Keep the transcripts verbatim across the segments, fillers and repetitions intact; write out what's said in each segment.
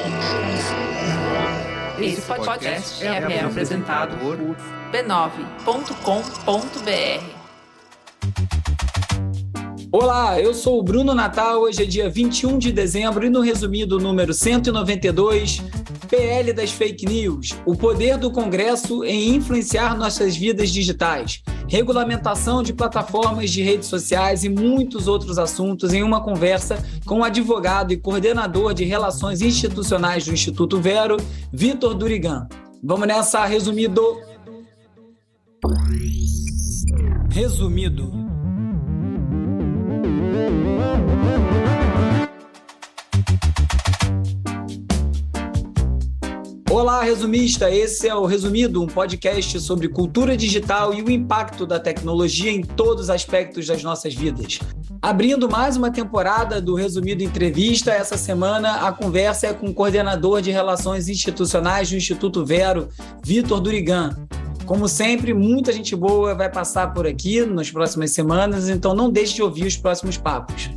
Esse podcast é apresentado por b nove ponto com ponto b r. Olá, eu sou o Bruno Natal, hoje é dia vinte e um de dezembro e no resumido número cento e noventa e dois, P L das Fake News, o poder do Congresso em influenciar nossas vidas digitais, regulamentação de plataformas de redes sociais e muitos outros assuntos em uma conversa com o advogado e coordenador de relações institucionais do Instituto Vero, Vitor Durigan. Vamos nessa, resumido. Resumido. Olá, resumista! Esse é o Resumido, um podcast sobre cultura digital e o impacto da tecnologia em todos os aspectos das nossas vidas. Abrindo mais uma temporada do Resumido Entrevista, essa semana a conversa é com o coordenador de Relações Institucionais do Instituto Vero, Vitor Durigan. Como sempre, muita gente boa vai passar por aqui nas próximas semanas, então não deixe de ouvir os próximos papos.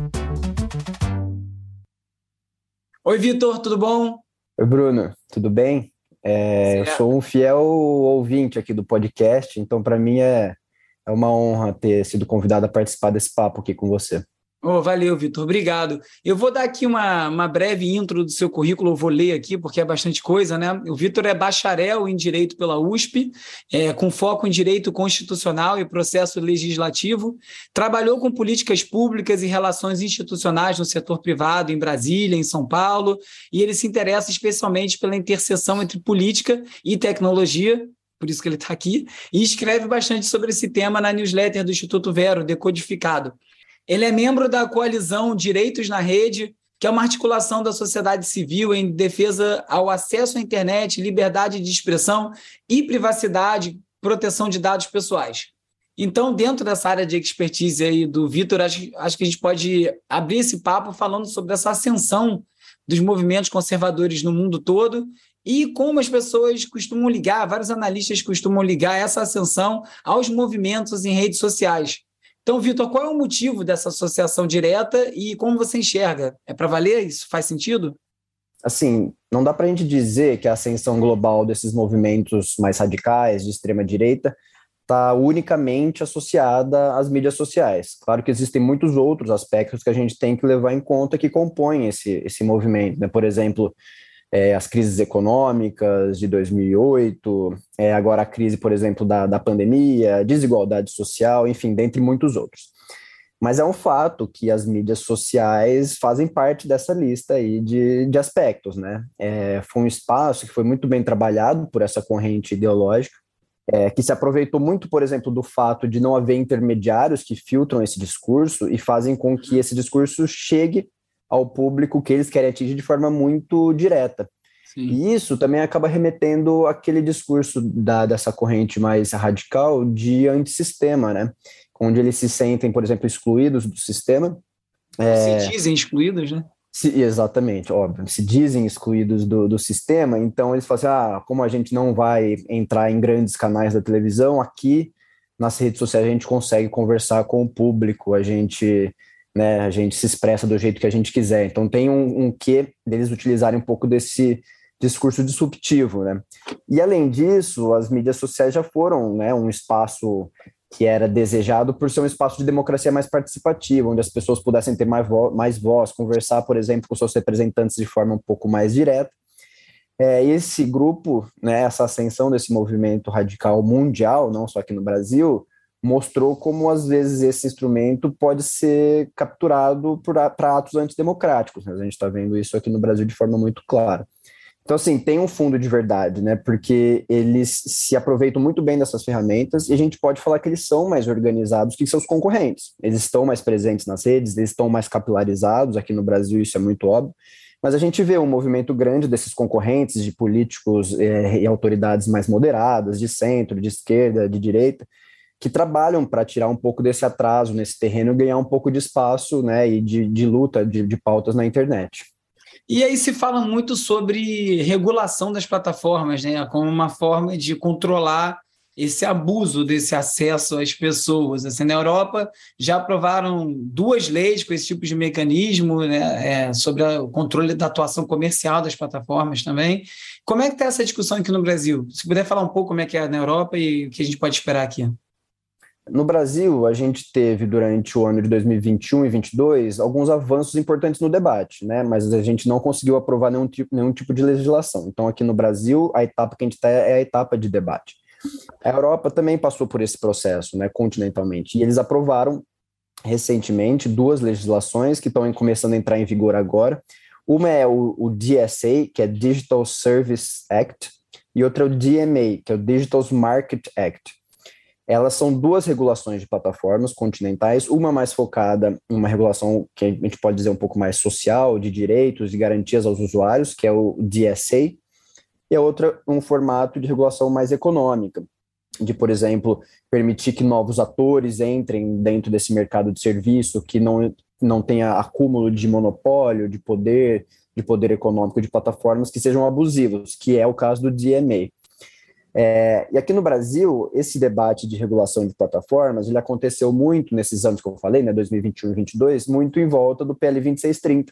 Oi, Vitor, tudo bom? Oi, Bruno, tudo bem? É, eu sou um fiel ouvinte aqui do podcast, então para mim é, é uma honra ter sido convidado a participar desse papo aqui com você. Oh, valeu, Vitor, obrigado. Eu vou dar aqui uma, uma breve intro do seu currículo, eu vou ler aqui porque é bastante coisa, né? O Vitor é bacharel em Direito pela U S P, é, com foco em Direito Constitucional e Processo Legislativo, trabalhou com políticas públicas e relações institucionais no setor privado em Brasília, em São Paulo, e ele se interessa especialmente pela interseção entre política e tecnologia, por isso que ele está aqui, e escreve bastante sobre esse tema na newsletter do Instituto Vero, Decodificado. Ele é membro da coalizão Direitos na Rede, que é uma articulação da sociedade civil em defesa ao acesso à internet, liberdade de expressão e privacidade, proteção de dados pessoais. Então, dentro dessa área de expertise aí do Vitor, acho, acho que a gente pode abrir esse papo falando sobre essa ascensão dos movimentos conservadores no mundo todo e como as pessoas costumam ligar, vários analistas costumam ligar essa ascensão aos movimentos em redes sociais. Então, Vitor, qual é o motivo dessa associação direta e como você enxerga? É para valer? Isso faz sentido? Assim, não dá para a gente dizer que a ascensão global desses movimentos mais radicais, de extrema-direita, está unicamente associada às mídias sociais. Claro que existem muitos outros aspectos que a gente tem que levar em conta que compõem esse, esse movimento, né? Por exemplo, É, as crises econômicas de dois mil e oito, é, agora a crise, por exemplo, da, da pandemia, desigualdade social, enfim, dentre muitos outros. Mas é um fato que as mídias sociais fazem parte dessa lista aí de, de aspectos, né? É, foi um espaço que foi muito bem trabalhado por essa corrente ideológica, é, que se aproveitou muito, por exemplo, do fato de não haver intermediários que filtram esse discurso e fazem com que esse discurso chegue ao público que eles querem atingir de forma muito direta. Sim. E isso também acaba remetendo àquele discurso da, dessa corrente mais radical de antissistema, né? Onde eles se sentem, por exemplo, excluídos do sistema. É, se dizem excluídos, né? Se, exatamente, óbvio. Se dizem excluídos do, do sistema, então eles falam assim, ah, como a gente não vai entrar em grandes canais da televisão, aqui nas redes sociais a gente consegue conversar com o público, a gente... Né, a gente se expressa do jeito que a gente quiser. Então tem um, um quê deles utilizarem um pouco desse discurso disruptivo, né? E além disso, as mídias sociais já foram, né, um espaço que era desejado por ser um espaço de democracia mais participativa, onde as pessoas pudessem ter mais, vo- mais voz, conversar, por exemplo, com seus representantes de forma um pouco mais direta. É, esse grupo, né, essa ascensão desse movimento radical mundial, não só aqui no Brasil, mostrou como, às vezes, esse instrumento pode ser capturado para atos antidemocráticos, né? A gente está vendo isso aqui no Brasil de forma muito clara. Então, assim, tem um fundo de verdade, né? Porque eles se aproveitam muito bem dessas ferramentas e a gente pode falar que eles são mais organizados que seus concorrentes. Eles estão mais presentes nas redes, eles estão mais capilarizados. Aqui no Brasil isso é muito óbvio. Mas a gente vê um movimento grande desses concorrentes, de políticos eh, e autoridades mais moderadas, de centro, de esquerda, de direita, que trabalham para tirar um pouco desse atraso nesse terreno e ganhar um pouco de espaço, né, e de, de luta, de, de pautas na internet. E aí se fala muito sobre regulação das plataformas, né, como uma forma de controlar esse abuso desse acesso às pessoas. Assim, na Europa já aprovaram duas leis com esse tipo de mecanismo, né, é, sobre o controle da atuação comercial das plataformas também. Como é que está essa discussão aqui no Brasil? Se puder falar um pouco como é que é na Europa e o que a gente pode esperar aqui. No Brasil, a gente teve, durante o ano de dois mil e vinte e um e dois mil e vinte e dois, alguns avanços importantes no debate, né? Mas a gente não conseguiu aprovar nenhum tipo, nenhum tipo de legislação. Então, aqui no Brasil, a etapa que a gente está é a etapa de debate. A Europa também passou por esse processo, né, continentalmente, e eles aprovaram recentemente duas legislações que estão começando a entrar em vigor agora. Uma é o, o D S A, que é Digital Service Act, e outra é o D M A, que é o Digital Market Act. Elas são duas regulações de plataformas continentais, uma mais focada em uma regulação que a gente pode dizer um pouco mais social, de direitos e garantias aos usuários, que é o D S A, e a outra um formato de regulação mais econômica, de, por exemplo, permitir que novos atores entrem dentro desse mercado de serviço, que não, não tenha acúmulo de monopólio, de poder, de poder econômico de plataformas que sejam abusivos, que é o caso do D M A. É, e aqui no Brasil, esse debate de regulação de plataformas, ele aconteceu muito nesses anos que eu falei, né, dois mil e vinte e um e dois mil e vinte e dois, muito em volta do P L vinte e seis trinta,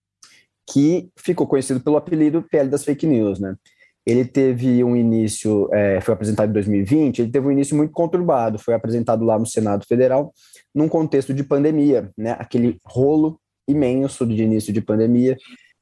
que ficou conhecido pelo apelido P L das fake news, né? Ele teve um início, é, foi apresentado em dois mil e vinte, ele teve um início muito conturbado, foi apresentado lá no Senado Federal, num contexto de pandemia, né? Aquele rolo imenso de início de pandemia,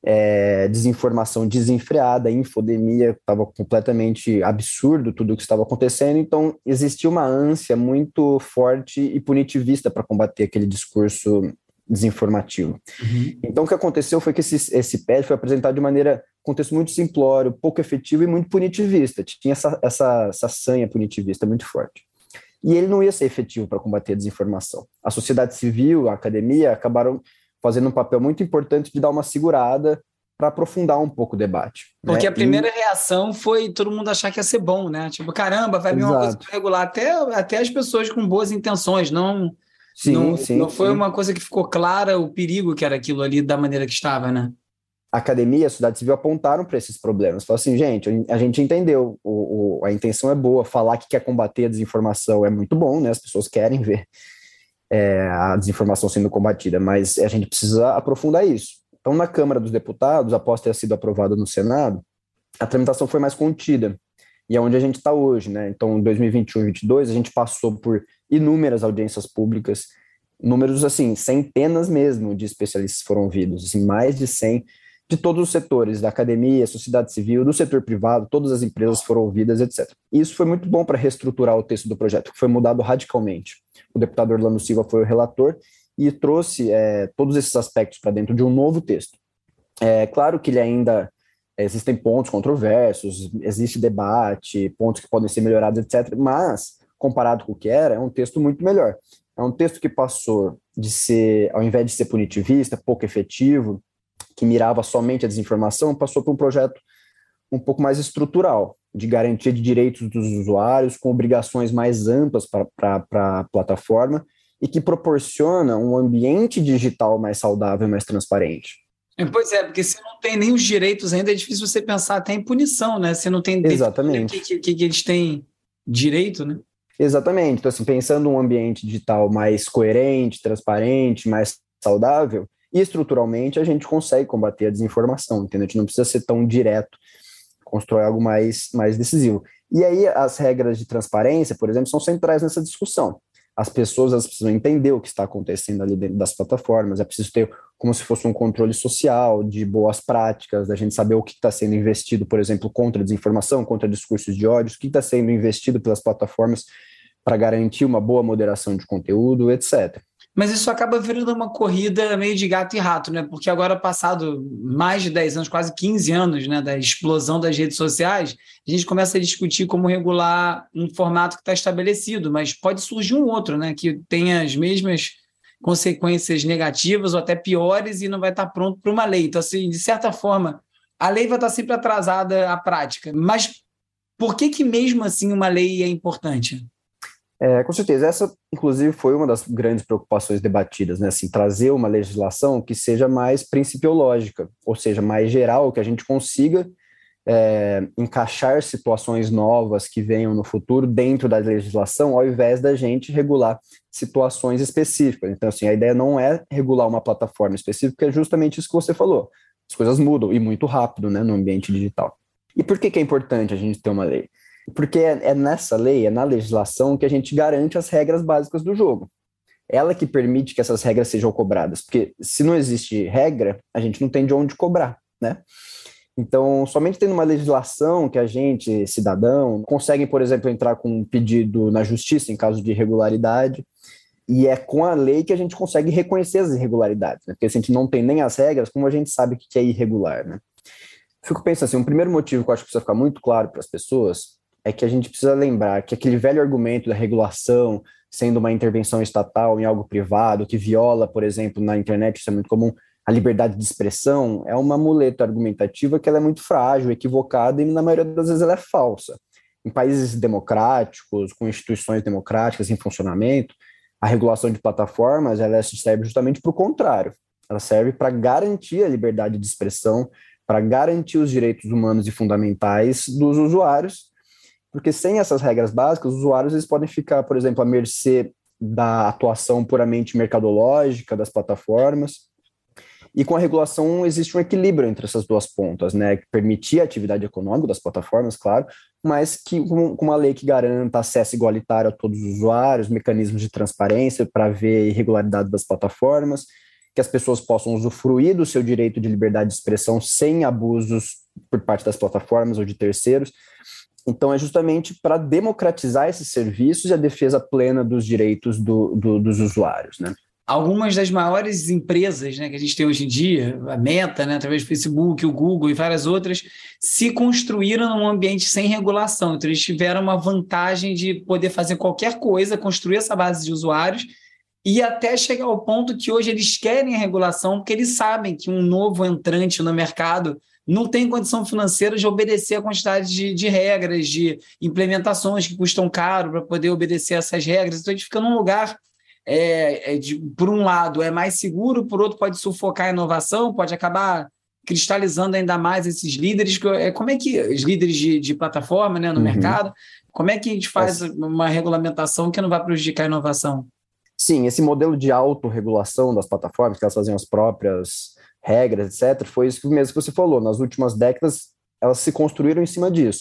é, desinformação desenfreada, infodemia, estava completamente absurdo tudo o que estava acontecendo, então existia uma ânsia muito forte e punitivista para combater aquele discurso desinformativo. Uhum. Então o que aconteceu foi que esse, esse P L foi apresentado de maneira, contexto muito simplório, pouco efetivo e muito punitivista, tinha essa, essa, essa sanha punitivista muito forte. E ele não ia ser efetivo para combater a desinformação. A sociedade civil, a academia, acabaram fazendo um papel muito importante de dar uma segurada para aprofundar um pouco o debate. Porque né? a primeira e... reação foi todo mundo achar que ia ser bom, né? Tipo, caramba, vai vir uma coisa para regular até, até as pessoas com boas intenções, não... Sim, não, sim, não foi sim. uma coisa que ficou clara o perigo que era aquilo ali da maneira que estava, né? A academia e a sociedade civil apontaram para esses problemas. Falaram assim, gente, a gente entendeu, o, o, a intenção é boa, falar que quer combater a desinformação é muito bom, né? As pessoas querem ver é, a desinformação sendo combatida, mas a gente precisa aprofundar isso. Então, na Câmara dos Deputados, após ter sido aprovada no Senado, a tramitação foi mais contida, e é onde a gente está hoje, né? Então, em dois mil e vinte e um e dois mil e vinte e dois, a gente passou por inúmeras audiências públicas, números, assim, centenas mesmo de especialistas foram ouvidos, assim, mais de cem, de todos os setores, da academia, sociedade civil, do setor privado, todas as empresas foram ouvidas, etcétera. E isso foi muito bom para reestruturar o texto do projeto, que foi mudado radicalmente. O deputado Orlando Silva foi o relator e trouxe é, todos esses aspectos para dentro de um novo texto. É claro que ele ainda... Existem pontos controversos, existe debate, pontos que podem ser melhorados, etcétera. Mas, comparado com o que era, é um texto muito melhor. É um texto que passou de ser, ao invés de ser punitivista, pouco efetivo, que mirava somente a desinformação, passou para um projeto um pouco mais estrutural, de garantia de direitos dos usuários, com obrigações mais amplas para a plataforma, e que proporciona um ambiente digital mais saudável e mais transparente. Pois é, porque se não tem nem os direitos ainda, é difícil você pensar até em punição, né? Se não tem Exatamente. o que, que, que eles têm direito, né? Exatamente. Então, assim, pensando um ambiente digital mais coerente, transparente, mais saudável, e estruturalmente a gente consegue combater a desinformação, entendeu? A gente não precisa ser tão direto, constrói algo mais, mais decisivo. E aí as regras de transparência, por exemplo, são centrais nessa discussão. As pessoas elas precisam entender o que está acontecendo ali dentro das plataformas, é preciso ter como se fosse um controle social de boas práticas, da gente saber o que está sendo investido, por exemplo, contra a desinformação, contra discursos de ódio, o que está sendo investido pelas plataformas para garantir uma boa moderação de conteúdo, etcétera. Mas isso acaba virando uma corrida meio de gato e rato, né? Porque agora, passado mais de dez anos, quase quinze anos, né, da explosão das redes sociais, a gente começa a discutir como regular um formato que está estabelecido, mas pode surgir um outro, né, que tenha as mesmas consequências negativas ou até piores e não vai estar pronto para uma lei. Então, assim, de certa forma, a lei vai estar sempre atrasada à prática. Mas por que que mesmo assim uma lei é importante? É, com certeza, essa inclusive foi uma das grandes preocupações debatidas, né? Assim, trazer uma legislação que seja mais principiológica, ou seja, mais geral, que a gente consiga é, encaixar situações novas que venham no futuro dentro da legislação, ao invés da gente regular situações específicas. Então, assim, a ideia não é regular uma plataforma específica, é justamente isso que você falou. As coisas mudam, e muito rápido, né, no ambiente digital. E por que que é importante a gente ter uma lei? Porque é, é nessa lei, é na legislação, que a gente garante as regras básicas do jogo. Ela que permite que essas regras sejam cobradas. Porque se não existe regra, a gente não tem de onde cobrar, né? Então, somente tendo uma legislação que a gente, cidadão, consegue, por exemplo, entrar com um pedido na justiça em caso de irregularidade, e é com a lei que a gente consegue reconhecer as irregularidades, né? Porque se a gente não tem nem as regras, como a gente sabe o que é irregular, né? Fico pensando assim, um primeiro motivo que eu acho que precisa ficar muito claro para as pessoas é que a gente precisa lembrar que aquele velho argumento da regulação sendo uma intervenção estatal em algo privado, que viola, por exemplo, na internet, isso é muito comum, a liberdade de expressão, é uma muleta argumentativa que ela é muito frágil, equivocada, e na maioria das vezes ela é falsa. Em países democráticos, com instituições democráticas em funcionamento, a regulação de plataformas, ela serve justamente para o contrário. Ela serve para garantir a liberdade de expressão, para garantir os direitos humanos e fundamentais dos usuários, porque sem essas regras básicas, os usuários eles podem ficar, por exemplo, à mercê da atuação puramente mercadológica das plataformas, e com a regulação existe um equilíbrio entre essas duas pontas, né, que permitir a atividade econômica das plataformas, claro, mas que com uma lei que garanta acesso igualitário a todos os usuários, mecanismos de transparência para ver irregularidade das plataformas, que as pessoas possam usufruir do seu direito de liberdade de expressão sem abusos por parte das plataformas ou de terceiros. Então, é justamente para democratizar esses serviços e a defesa plena dos direitos do, do, dos usuários, né? Algumas das maiores empresas, né, que a gente tem hoje em dia, a Meta, né, através do Facebook, o Google e várias outras, se construíram num ambiente sem regulação. Então, eles tiveram uma vantagem de poder fazer qualquer coisa, construir essa base de usuários e até chegar ao ponto que hoje eles querem a regulação porque eles sabem que um novo entrante no mercado não tem condição financeira de obedecer a quantidade de, de regras, de implementações que custam caro para poder obedecer essas regras. Então, a gente fica num lugar, é, é de, por um lado, é mais seguro, por outro, pode sufocar a inovação, pode acabar cristalizando ainda mais esses líderes. Como é que os líderes de, de plataforma, né, no uhum. mercado, como é que a gente faz é. uma regulamentação que não vai prejudicar a inovação? Sim, esse modelo de autorregulação das plataformas, que elas faziam as próprias regras, etcétera, foi isso mesmo que você falou. Nas últimas décadas, elas se construíram em cima disso.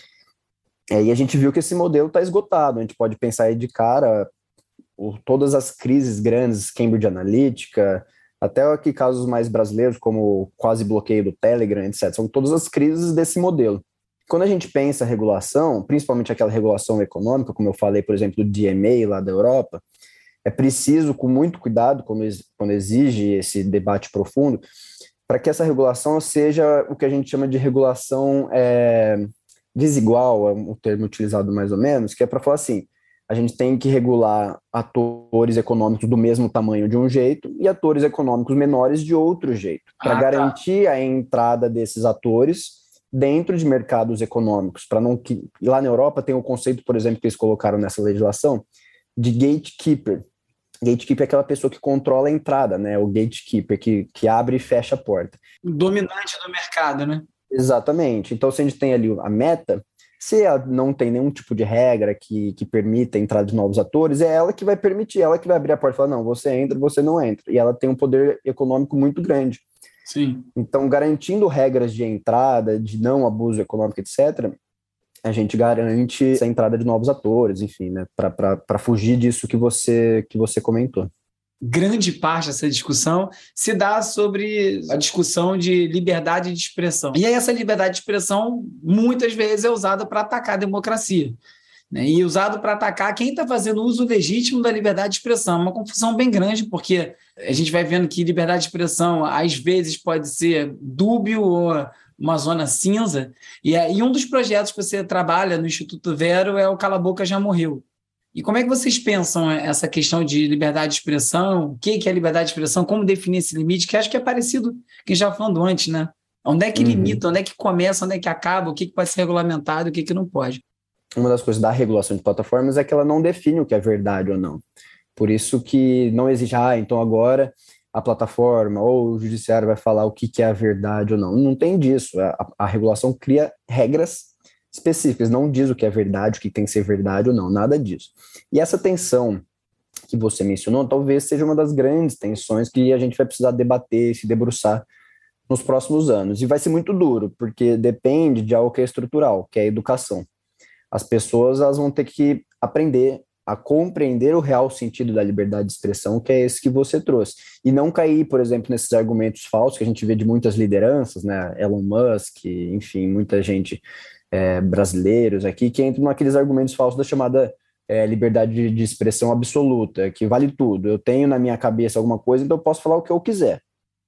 É, e a gente viu que esse modelo está esgotado. A gente pode pensar aí de cara o, todas as crises grandes, Cambridge Analytica, até aqui casos mais brasileiros, como o quase bloqueio do Telegram, etcétera. São todas as crises desse modelo. Quando a gente pensa em regulação, principalmente aquela regulação econômica, como eu falei, por exemplo, do D M A lá da Europa, é preciso, com muito cuidado, quando exige esse debate profundo, para que essa regulação seja o que a gente chama de regulação é, desigual, é um termo utilizado mais ou menos, que é para falar assim, a gente tem que regular atores econômicos do mesmo tamanho de um jeito e atores econômicos menores de outro jeito, para ah, garantir tá. a entrada desses atores dentro de mercados econômicos, para não que lá na Europa tem o conceito, por exemplo, que eles colocaram nessa legislação, de gatekeeper. Gatekeeper é aquela pessoa que controla a entrada, né? O gatekeeper que, que abre e fecha a porta. Dominante do mercado, né? Exatamente. Então, se a gente tem ali a Meta, se ela não tem nenhum tipo de regra que, que permita a entrada de novos atores, é ela que vai permitir, ela que vai abrir a porta e falar, não, você entra, você não entra. E ela tem um poder econômico muito grande. Sim. Então, garantindo regras de entrada, de não abuso econômico, etcétera, a gente garante a entrada de novos atores, enfim, né, para fugir disso que você, que você comentou. Grande parte dessa discussão se dá sobre a discussão de liberdade de expressão. E aí essa liberdade de expressão muitas vezes é usada para atacar a democracia, né? E usado para atacar quem está fazendo uso legítimo da liberdade de expressão. Uma confusão bem grande, porque a gente vai vendo que liberdade de expressão às vezes pode ser dúbio ou uma zona cinza, e, e um dos projetos que você trabalha no Instituto Vero é o Cala a Boca Já Morreu. E como é que vocês pensam essa questão de liberdade de expressão? O que é liberdade de expressão? Como definir esse limite? Que acho que é parecido com o que a gente estava falando antes, né? Onde é que uhum. limita? Onde é que começa? Onde é que acaba? O que, que pode ser regulamentado? O que, que não pode? Uma das coisas da regulação de plataformas é que ela não define o que é verdade ou não. Por isso que não exige, ah, então agora a plataforma ou o judiciário vai falar o que, que é a verdade ou não. Não tem disso. A, a regulação cria regras específicas, não diz o que é verdade, o que tem que ser verdade ou não, nada disso. E essa tensão que você mencionou talvez seja uma das grandes tensões que a gente vai precisar debater, se debruçar nos próximos anos. E vai ser muito duro, porque depende de algo que é estrutural, que é a educação. As pessoas elas vão ter que aprender a compreender o real sentido da liberdade de expressão, que é esse que você trouxe. E não cair, por exemplo, nesses argumentos falsos que a gente vê de muitas lideranças, né? Elon Musk, enfim, muita gente é, brasileiros aqui, que entram naqueles argumentos falsos da chamada é, liberdade de, de expressão absoluta, que vale tudo. Eu tenho na minha cabeça alguma coisa, então eu posso falar o que eu quiser.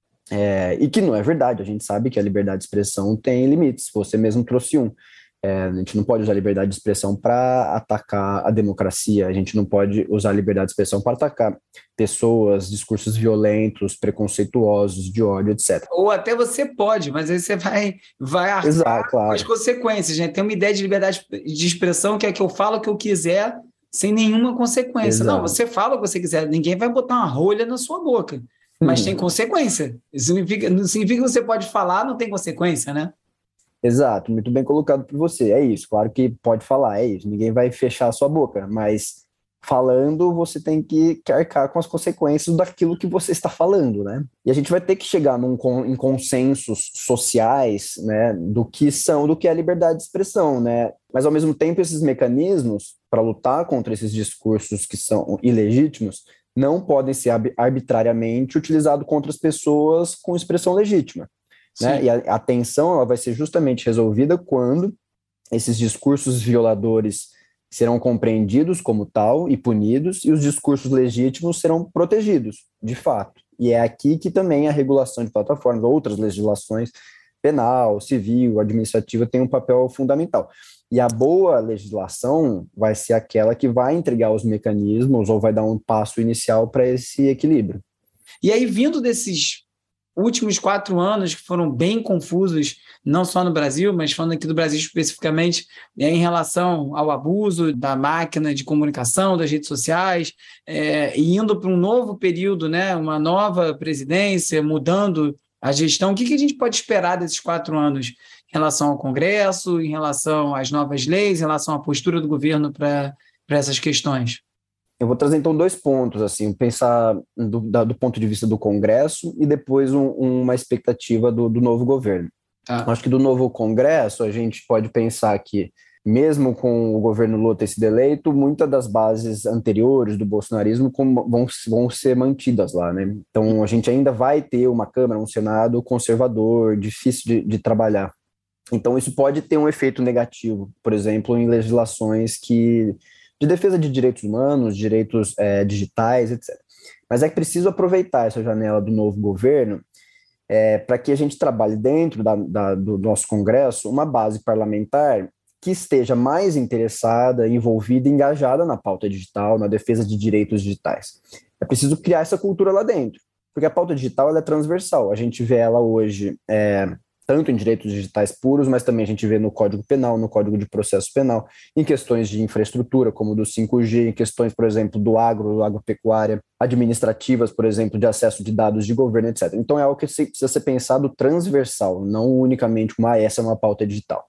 É, e que não é verdade, a gente sabe que a liberdade de expressão tem limites, você mesmo trouxe um. É, a gente não pode usar a liberdade de expressão para atacar a democracia, a gente não pode usar a liberdade de expressão para atacar pessoas, discursos violentos, preconceituosos, de ódio, etcétera. Ou até você pode, mas aí você vai, vai arcar Exato, claro. com as consequências, né? Tem uma ideia de liberdade de expressão que é que eu falo o que eu quiser sem nenhuma consequência. Exato. Não, você fala o que você quiser, ninguém vai botar uma rolha na sua boca, mas uhum. tem consequência. Isso significa, não significa que você pode falar, não tem consequência, né? Exato, muito bem colocado por você, é isso, claro que pode falar, é isso, ninguém vai fechar a sua boca, mas falando você tem que arcar com as consequências daquilo que você está falando, né? E a gente vai ter que chegar num, em consensos sociais, né, do que são, do que é a liberdade de expressão, né? Mas ao mesmo tempo esses mecanismos para lutar contra esses discursos que são ilegítimos não podem ser arbitrariamente utilizados contra as pessoas com expressão legítima. Né? E a, a tensão ela vai ser justamente resolvida quando esses discursos violadores serão compreendidos como tal e punidos, e os discursos legítimos serão protegidos, de fato. E é aqui que também a regulação de plataformas, outras legislações, penal, civil, administrativa, tem um papel fundamental. E a boa legislação vai ser aquela que vai entregar os mecanismos ou vai dar um passo inicial para esse equilíbrio. E aí, vindo desses últimos quatro anos que foram bem confusos, não só no Brasil, mas falando aqui do Brasil especificamente, é, em relação ao abuso da máquina de comunicação, das redes sociais, é, e indo para um novo período, né, uma nova presidência, mudando a gestão. O que, que a gente pode esperar desses quatro anos em relação ao Congresso, em relação às novas leis, em relação à postura do governo para para essas questões? Eu vou trazer, então, dois pontos, assim, pensar do, da, do ponto de vista do Congresso e depois um, uma expectativa do, do novo governo. Ah. Acho que do novo Congresso, a gente pode pensar que, mesmo com o governo Lula ter sido eleito, muitas das bases anteriores do bolsonarismo vão, vão ser mantidas lá, né? Então, a gente ainda vai ter uma Câmara, um Senado conservador, difícil de, de trabalhar. Então, isso pode ter um efeito negativo, por exemplo, em legislações que... de defesa de direitos humanos, direitos é, digitais, etcétera. Mas é que preciso aproveitar essa janela do novo governo é, para que a gente trabalhe dentro da, da, do nosso Congresso uma base parlamentar que esteja mais interessada, envolvida, engajada na pauta digital, na defesa de direitos digitais. É preciso criar essa cultura lá dentro, porque a pauta digital ela é transversal. A gente vê ela hoje... É, tanto em direitos digitais puros, mas também a gente vê no Código Penal, no Código de Processo Penal, em questões de infraestrutura, como do cinco G, em questões, por exemplo, do agro, do agropecuária, administrativas, por exemplo, de acesso de dados de governo, etcétera. Então é algo que precisa ser pensado transversal, não unicamente como, ah, essa é uma pauta digital.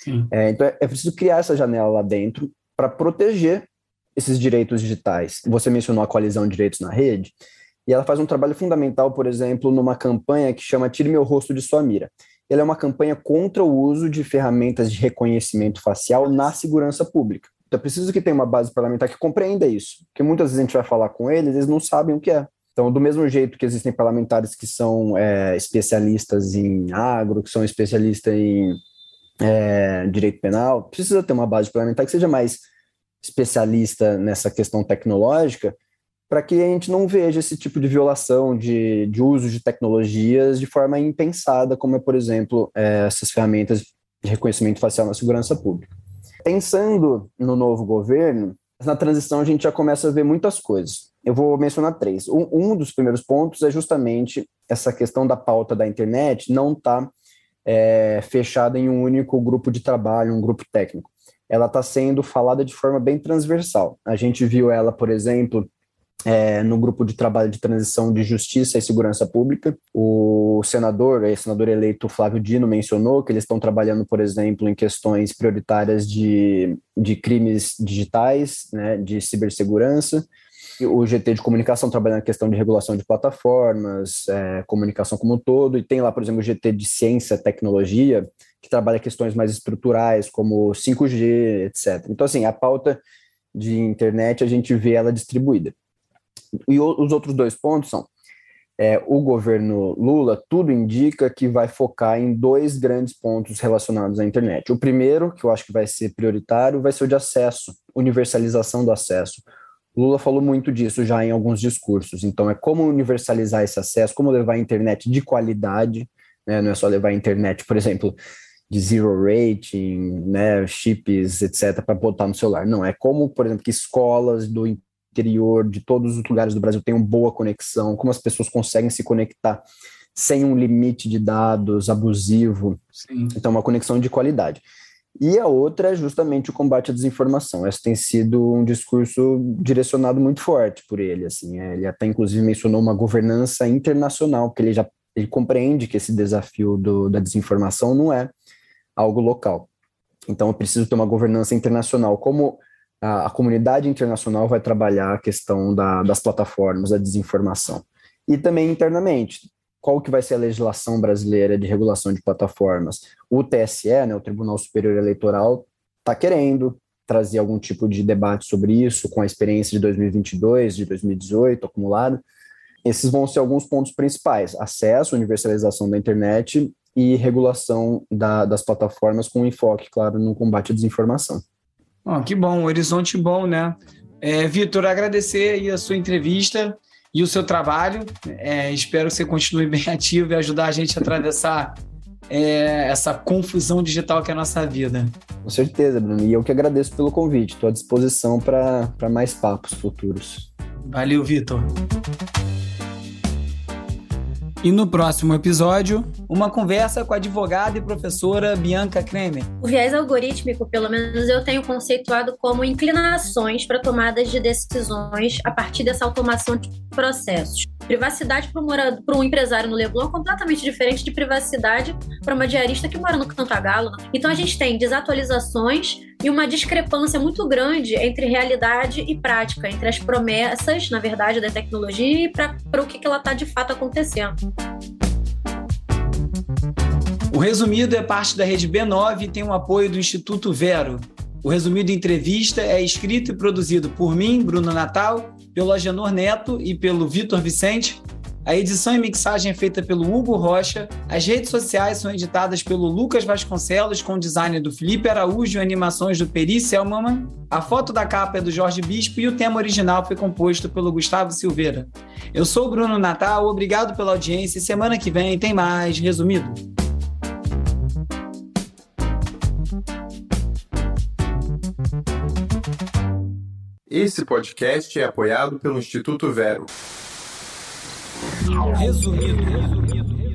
É, então é, é preciso criar essa janela lá dentro para proteger esses direitos digitais. Você mencionou a Coalizão de Direitos na Rede, e ela faz um trabalho fundamental, por exemplo, numa campanha que chama Tire Meu Rosto de Sua Mira. Ela é uma campanha contra o uso de ferramentas de reconhecimento facial na segurança pública. Então é preciso que tenha uma base parlamentar que compreenda isso, porque muitas vezes a gente vai falar com eles, eles não sabem o que é. Então, do mesmo jeito que existem parlamentares que são é, especialistas em agro, que são especialistas em é, direito penal, precisa ter uma base parlamentar que seja mais especialista nessa questão tecnológica, para que a gente não veja esse tipo de violação de, de uso de tecnologias de forma impensada, como é, por exemplo, é, essas ferramentas de reconhecimento facial na segurança pública. Pensando no novo governo, na transição a gente já começa a ver muitas coisas. Eu vou mencionar três. Um, um dos primeiros pontos é justamente essa questão da pauta da internet não estar é, fechada em um único grupo de trabalho, um grupo técnico. Ela está sendo falada de forma bem transversal. A gente viu ela, por exemplo, é, no grupo de trabalho de transição de justiça e segurança pública. O senador, o senador eleito Flávio Dino mencionou que eles estão trabalhando, por exemplo, em questões prioritárias de, de crimes digitais, né, de cibersegurança. O G T de comunicação trabalha na questão de regulação de plataformas, é, comunicação como um todo, e tem lá, por exemplo, o G T de ciência e tecnologia, que trabalha questões mais estruturais, como cinco G, etcétera. Então, assim, a pauta de internet, a gente vê ela distribuída. E o, os outros dois pontos são, é, o governo Lula, tudo indica que vai focar em dois grandes pontos relacionados à internet. O primeiro, que eu acho que vai ser prioritário, vai ser o de acesso, universalização do acesso. Lula falou muito disso já em alguns discursos, então é como universalizar esse acesso, como levar a internet de qualidade, né? Não é só levar a internet, por exemplo, de zero rating, né, chips, etcétera, para botar no celular. Não, é como, por exemplo, que escolas do interior, de todos os lugares do Brasil tenham boa conexão, como as pessoas conseguem se conectar sem um limite de dados abusivo. Sim. Então, uma conexão de qualidade. E a outra é justamente o combate à desinformação. Esse tem sido um discurso direcionado muito forte por ele. Assim, ele até, inclusive, mencionou uma governança internacional, porque ele já ele compreende que esse desafio do, da desinformação não é algo local. Então, eu preciso ter uma governança internacional. Como a, a comunidade internacional vai trabalhar a questão da, das plataformas, da desinformação. E também internamente. Qual que vai ser a legislação brasileira de regulação de plataformas? O T S E, né, o Tribunal Superior Eleitoral, está querendo trazer algum tipo de debate sobre isso, com a experiência de dois mil e vinte e dois, de dois mil e dezoito, acumulado. Esses vão ser alguns pontos principais: acesso, universalização da internet e regulação da, das plataformas, com enfoque, claro, no combate à desinformação. Oh, que bom, um horizonte bom, né? É, Vitor, agradecer aí a sua entrevista e o seu trabalho. É, espero que você continue bem ativo e ajudar a gente a atravessar é, essa confusão digital que é a nossa vida. Com certeza, Bruno. E eu que agradeço pelo convite. Estou à disposição para mais papos futuros. Valeu, Vitor. E no próximo episódio, uma conversa com a advogada e professora Bianca Kremer. O viés algorítmico, pelo menos eu tenho conceituado como inclinações para tomadas de decisões a partir dessa automação de processos. Privacidade para um, morado, para um empresário no Leblon é completamente diferente de privacidade para uma diarista que mora no Cantagalo. Então a gente tem desatualizações e uma discrepância muito grande entre realidade e prática, entre as promessas, na verdade, da tecnologia e para o que, que ela está de fato acontecendo. O Resumido é parte da Rede B nove e tem o apoio do Instituto Vero. O Resumido Entrevista é escrito e produzido por mim, Bruno Natal, pelo Agenor Neto e pelo Vitor Vicente. A edição e mixagem é feita pelo Hugo Rocha. As redes sociais são editadas pelo Lucas Vasconcelos, com design do Felipe Araújo e animações do Peri Selmanman. A foto da capa é do Jorge Bispo e o tema original foi composto pelo Gustavo Silveira. Eu sou o Bruno Natal, obrigado pela audiência e semana que vem tem mais Resumido. Esse podcast é apoiado pelo Instituto Vero. Resumido. Resumido.